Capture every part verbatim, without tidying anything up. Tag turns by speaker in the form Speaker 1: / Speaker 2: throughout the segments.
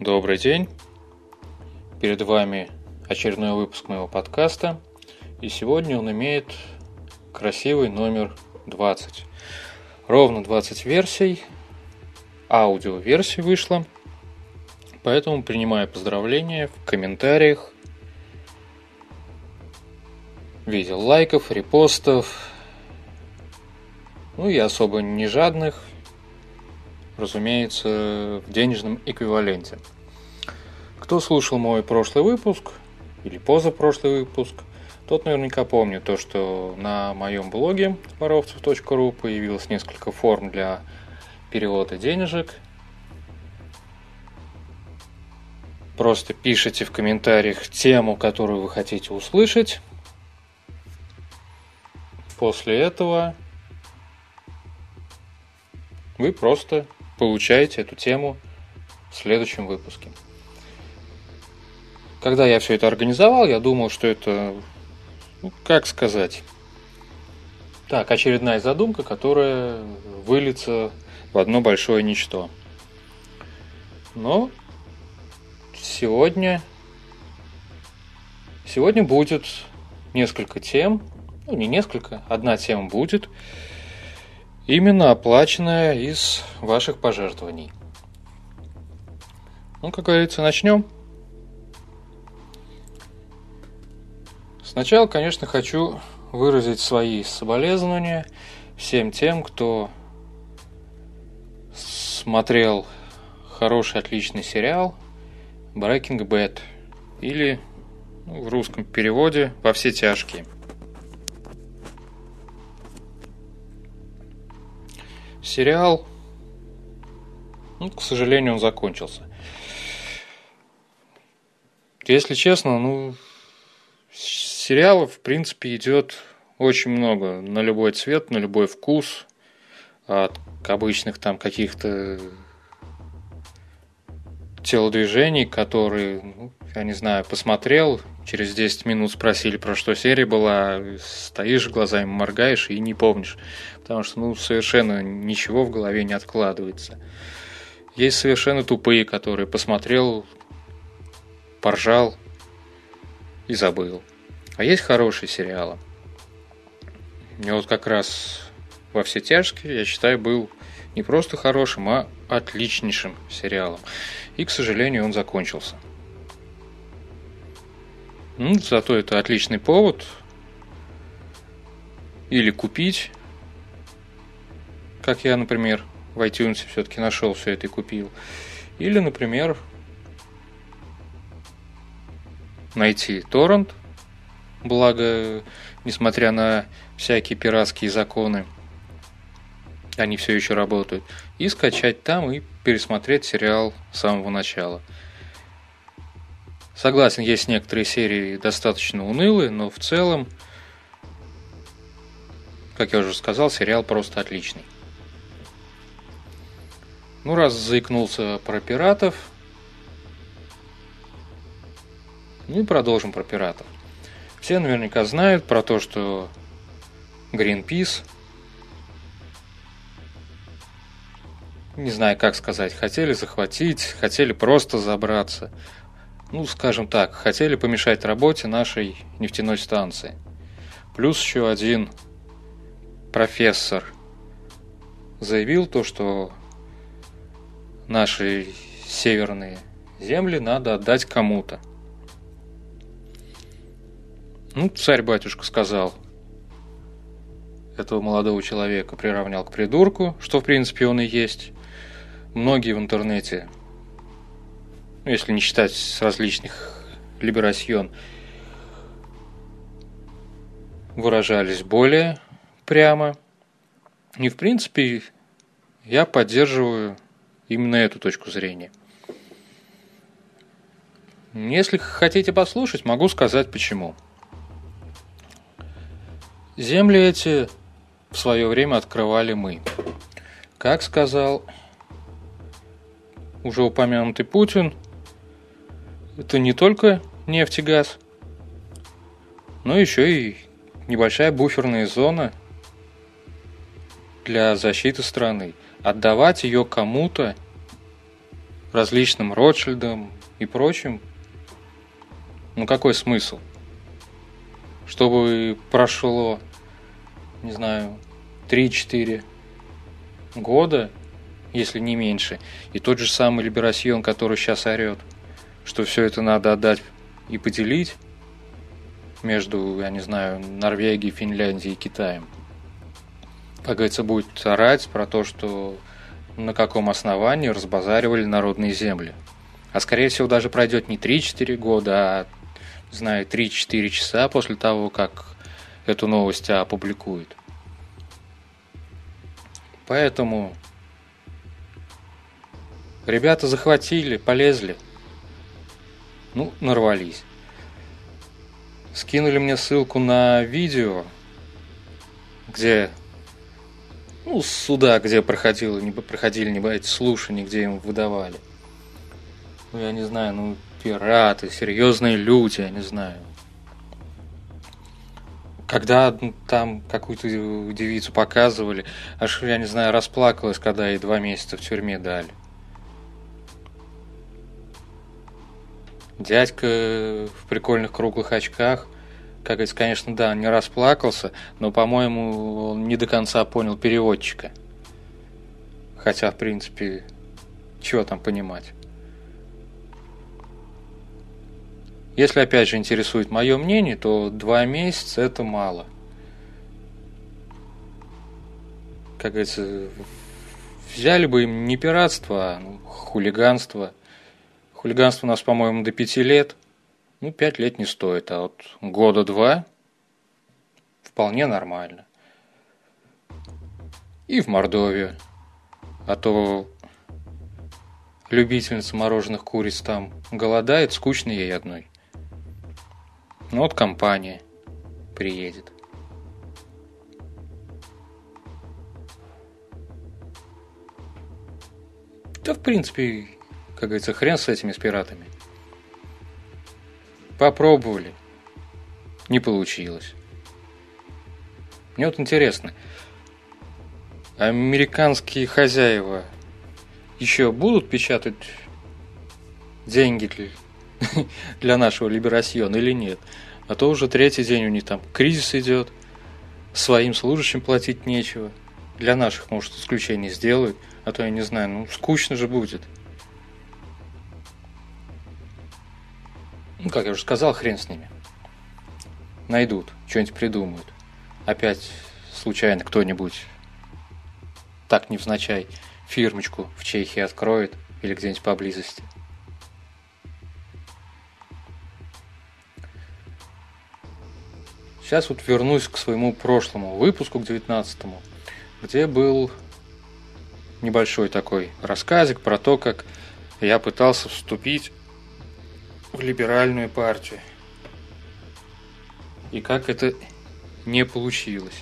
Speaker 1: Добрый день, перед вами очередной выпуск моего подкаста, и сегодня он имеет красивый номер двадцать. Ровно двадцать версий, аудиоверсий вышло, поэтому принимаю поздравления в комментариях, в виде лайков, репостов, ну и особо не жадных, разумеется, в денежном эквиваленте. Кто слушал мой прошлый выпуск или позапрошлый выпуск, тот наверняка помнит то, что на моем блоге боровцев точка ру появилось несколько форм для перевода денежек. Просто пишите в комментариях тему, которую вы хотите услышать. После этого вы просто получаете эту тему в следующем выпуске. Когда я все это организовал, я думал, что это, ну, как сказать, так, очередная задумка, которая выльется в одно большое ничто. Но сегодня, сегодня будет несколько тем, ну не несколько, одна тема будет, именно оплаченная из ваших пожертвований. Ну, как говорится, начнем. Сначала, конечно, хочу выразить свои соболезнования всем тем, кто смотрел хороший, отличный сериал Breaking Bad, или, ну, в русском переводе «Во все тяжкие». Сериал, ну, к сожалению, он закончился. Если честно, ну, сериалов, в принципе, идет очень много, на любой цвет, на любой вкус, от обычных там каких-то телодвижений, которые, ну, я не знаю, посмотрел, через десять минут спросили, про что серия была, стоишь, глазами моргаешь и не помнишь, потому что, ну, совершенно ничего в голове не откладывается. Есть совершенно тупые, которые посмотрел, поржал и забыл. А есть хорошие сериалы. И вот как раз «Во все тяжкие», я считаю, был не просто хорошим, а отличнейшим сериалом. И, к сожалению, он закончился. Ну, зато это отличный повод или купить, как я, например, в iTunes все-таки нашел все это и купил. Или, например, найти торрент, благо, несмотря на всякие пиратские законы, они все еще работают, и скачать там и пересмотреть сериал с самого начала. Согласен, есть некоторые серии достаточно унылые, но в целом, как я уже сказал, сериал просто отличный. Ну, раз заикнулся про пиратов, ну и продолжим про пиратов. Все наверняка знают про то, что Greenpeace, не знаю, как сказать, хотели захватить, хотели просто забраться. Ну, скажем так, хотели помешать работе нашей нефтяной станции. Плюс еще один профессор заявил то, что наши северные земли надо отдать кому-то. Ну, царь-батюшка сказал, этого молодого человека приравнял к придурку, что в принципе он и есть. Многие в интернете, ну, если не считать с различных либерасьон, выражались более прямо. И в принципе я поддерживаю именно эту точку зрения. Если хотите послушать, могу сказать почему. Земли эти в свое время открывали мы. Как сказал уже упомянутый Путин, это не только нефть и газ, но еще и небольшая буферная зона для защиты страны. Отдавать ее кому-то различным Ротшильдам и прочим. Ну какой смысл? Чтобы прошло, не знаю, три-четыре года, если не меньше, и тот же самый Либерасьон, который сейчас орет, что все это надо отдать и поделить между, я не знаю, Норвегией, Финляндией и Китаем. Как говорится, будет орать про то, что на каком основании разбазаривали народные земли. А скорее всего даже пройдет не три-четыре года, а, не знаю, три-четыре часа после того, как эту новость опубликуют. Поэтому ребята захватили, полезли. Ну, нарвались. Скинули мне ссылку на видео, где, ну, суда, где проходило, не, проходили не эти слушания, где им выдавали. Ну, я не знаю, ну, пираты, серьезные люди, я не знаю. Когда там какую-то девицу показывали, аж, я не знаю, расплакалась, когда ей два месяца в тюрьме дали. Дядька в прикольных круглых очках, как говорится, конечно, да, не расплакался, но, по-моему, он не до конца понял переводчика. Хотя, в принципе, чего там понимать. Если, опять же, интересует мое мнение, то два месяца – это мало. Как говорится, взяли бы им не пиратство, а ну, хулиганство. Хулиганство у нас, по-моему, до пяти лет. Ну, пять лет не стоит, а вот года два вполне нормально. И в Мордовию. А то любительница мороженых куриц там голодает, скучно ей одной. Ну вот компания приедет. Да, в принципе, как говорится, хрен с этими с пиратами. Попробовали. Не получилось. Мне вот интересно, американские хозяева еще будут печатать деньги для, для нашего Либерасьона или нет? А то уже третий день у них там кризис идет, своим служащим платить нечего. Для наших, может, исключение сделают, а то я не знаю, ну скучно же будет. Ну, как я уже сказал, хрен с ними. Найдут, что-нибудь придумают. Опять случайно кто-нибудь так невзначай фирмочку в Чехии откроет или где-нибудь поблизости. Сейчас вот вернусь к своему прошлому выпуску, к девятнадцатому, где был небольшой такой рассказик про то, как я пытался вступить в либеральную партию. И как это не получилось.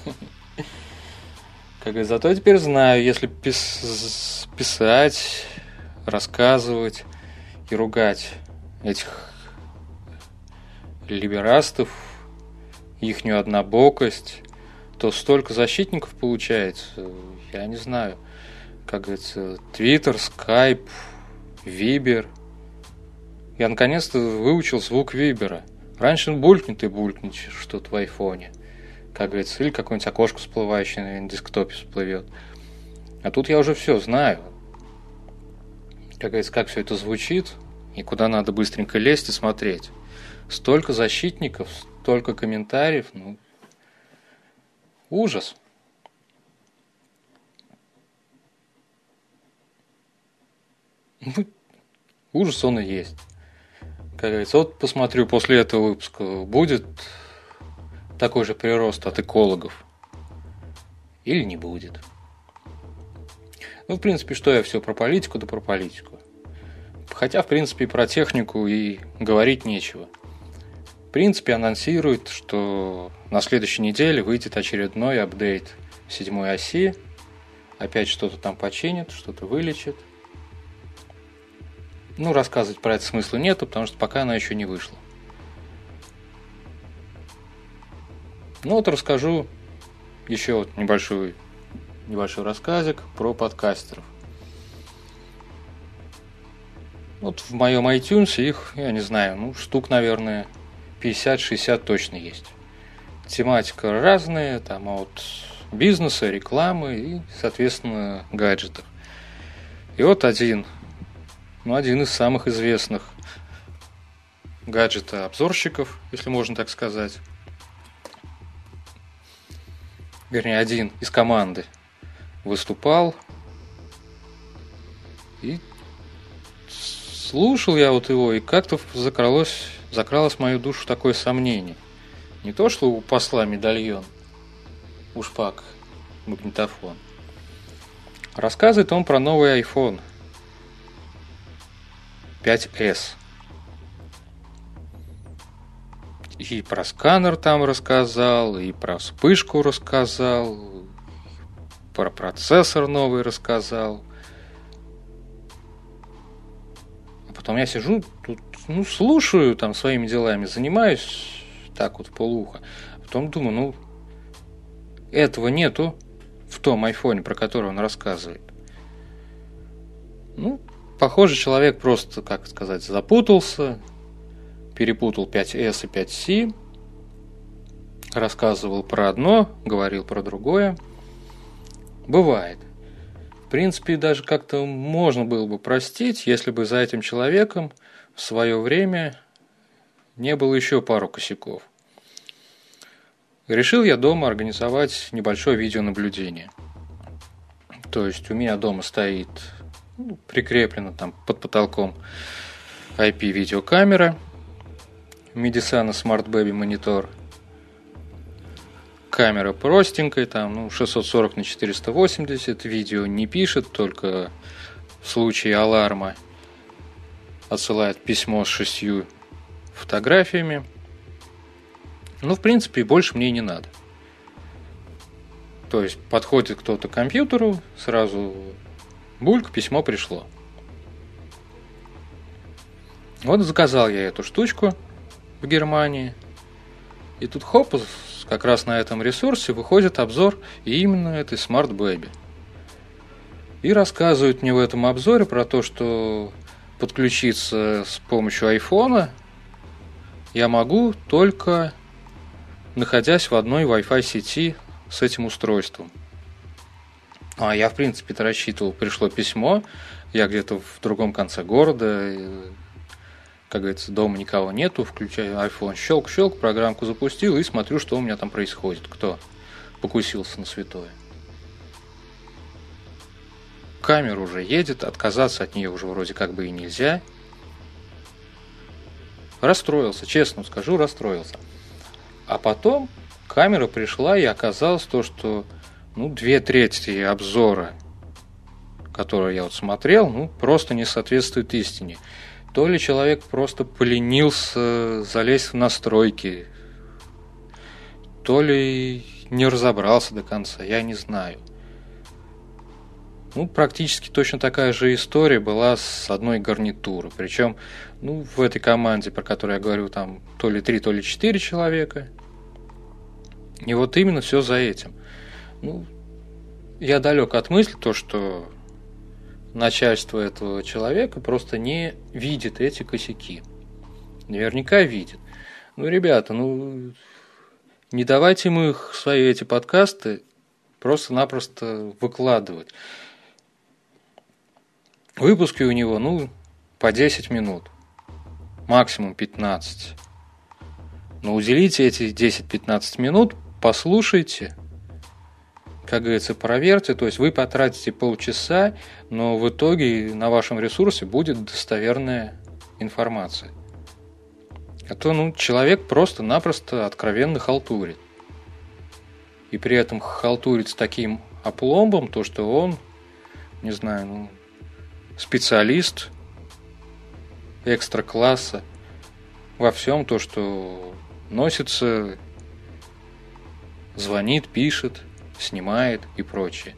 Speaker 1: Как и зато теперь знаю, если пис- писать, рассказывать и ругать этих либерастов, ихнюю однобокость, то столько защитников получается, я не знаю. Как говорится, Твиттер, Скайп, Вибер. Я наконец-то выучил звук Вибера. Раньше он булькнет и булькнет что-то в айфоне. Как говорится, или какое-нибудь окошко всплывающее на десктопе всплывет. А тут я уже все знаю. Как говорится, как все это звучит и куда надо быстренько лезть и смотреть. Столько защитников, столько комментариев, ну, ужас. Ужас он и есть. Как говорится, вот посмотрю после этого выпуска, будет такой же прирост от экологов или не будет. Ну, в принципе, что я все про политику, да про политику. Хотя, в принципе, про технику и говорить нечего. В принципе, анонсирует, что на следующей неделе выйдет очередной апдейт седьмой оси. Опять что-то там починит, что-то вылечит. Ну, рассказывать про это смысла нету, потому что пока она еще не вышла. Ну, вот расскажу еще вот небольшой, небольшой рассказик про подкастеров. Вот в моем iTunes их, я не знаю, ну, штук, наверное, пятьдесят-шестьдесят точно есть. Тематика разная, там от бизнеса, рекламы и, соответственно, гаджетов. И вот один, ну, один из самых известных гаджета-обзорщиков, если можно так сказать. Вернее, один из команды выступал. И слушал я вот его, и как-то закралось, закралось в мою душу такое сомнение. Не то, что у посла медальон, у шпаг магнитофон. Рассказывает он про новый iPhone пять эс. И про сканер там рассказал, и про вспышку рассказал, про процессор новый рассказал. А потом я сижу, тут, ну, слушаю там своими делами, занимаюсь так вот вполуха. Потом думаю, ну, этого нету в том айфоне, про который он рассказывает. Ну, похоже, человек просто, как сказать, запутался, перепутал пять эс и пять си, рассказывал про одно, говорил про другое. Бывает. В принципе, даже как-то можно было бы простить, если бы за этим человеком в свое время не было еще пару косяков. Решил я дома организовать небольшое видеонаблюдение. То есть у меня дома стоит, ну, прикреплена там под потолком ай пи-видеокамера Mediasana Smart Baby монитор. Камера простенькая, там, ну, шестьсот сорок на четыреста восемьдесят, видео не пишет, только в случае аларма отсылает письмо с шестью фотографиями. Ну, в принципе, больше мне не надо. То есть подходит кто-то к компьютеру, сразу бульк, письмо пришло. Вот заказал я эту штучку в Германии. И тут хоп, как раз на этом ресурсе выходит обзор именно этой Smart Baby. И рассказывают мне в этом обзоре про то, что подключиться с помощью айфона я могу только находясь в одной Wi-Fi сети с этим устройством. А я, в принципе-то, рассчитывал, пришло письмо, я где-то в другом конце города, как говорится, дома никого нету, включаю iPhone, щелк-щелк, программку запустил и смотрю, что у меня там происходит, кто покусился на святое. Камера уже едет, отказаться от нее уже вроде как бы и нельзя. Расстроился, честно скажу, расстроился. А потом камера пришла, и оказалось то, что, ну, две трети обзора, который я вот смотрел, ну, просто не соответствует истине. То ли человек просто поленился залезть в настройки, то ли не разобрался до конца, я не знаю. Ну, практически точно такая же история была с одной гарнитурой. Причем, ну, в этой команде, про которую я говорю, там то ли три, то ли четыре человека. И вот именно все за этим. Ну, я далек от мысли, то, что начальство этого человека просто не видит эти косяки. Наверняка видит. Ну, ребята, ну, не давайте мы их, свои эти подкасты просто-напросто выкладывать. Выпуски у него, ну, по десять минут. Максимум пятнадцать. Но уделите эти десять-пятнадцать минут, послушайте, как говорится, проверьте. То есть вы потратите полчаса, но в итоге на вашем ресурсе будет достоверная информация. А то, ну, человек просто-напросто откровенно халтурит. И при этом халтурит с таким опломбом, то, что он, не знаю, ну, специалист экстра-класса во всем, то, что носится, звонит, пишет, снимает и прочее.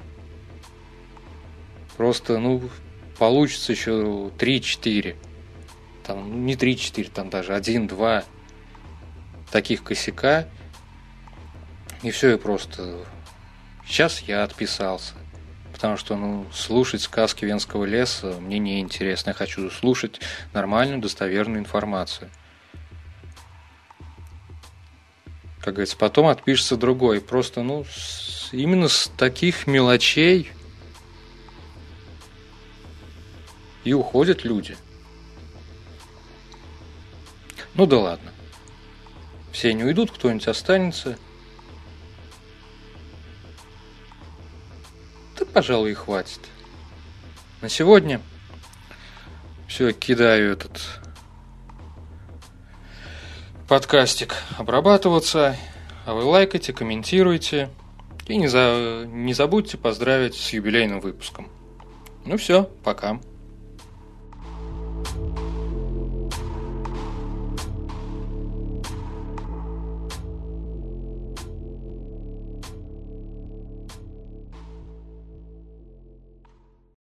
Speaker 1: Просто, ну, получится еще три-четыре, там, ну, не три-четыре, там даже один-два таких косяка, и все, и просто сейчас я отписался. потому что, ну, слушать сказки Венского леса мне не интересно. Я хочу слушать нормальную, достоверную информацию. Как говорится, потом отпишется другой. Просто, ну, с, именно с таких мелочей и уходят люди. Ну да ладно. Все не уйдут, кто-нибудь останется. Да, пожалуй, и хватит. На сегодня все, кидаю этот подкастик обрабатываться. А вы лайкайте, комментируйте. И не, за... не забудьте поздравить с юбилейным выпуском. Ну все, пока.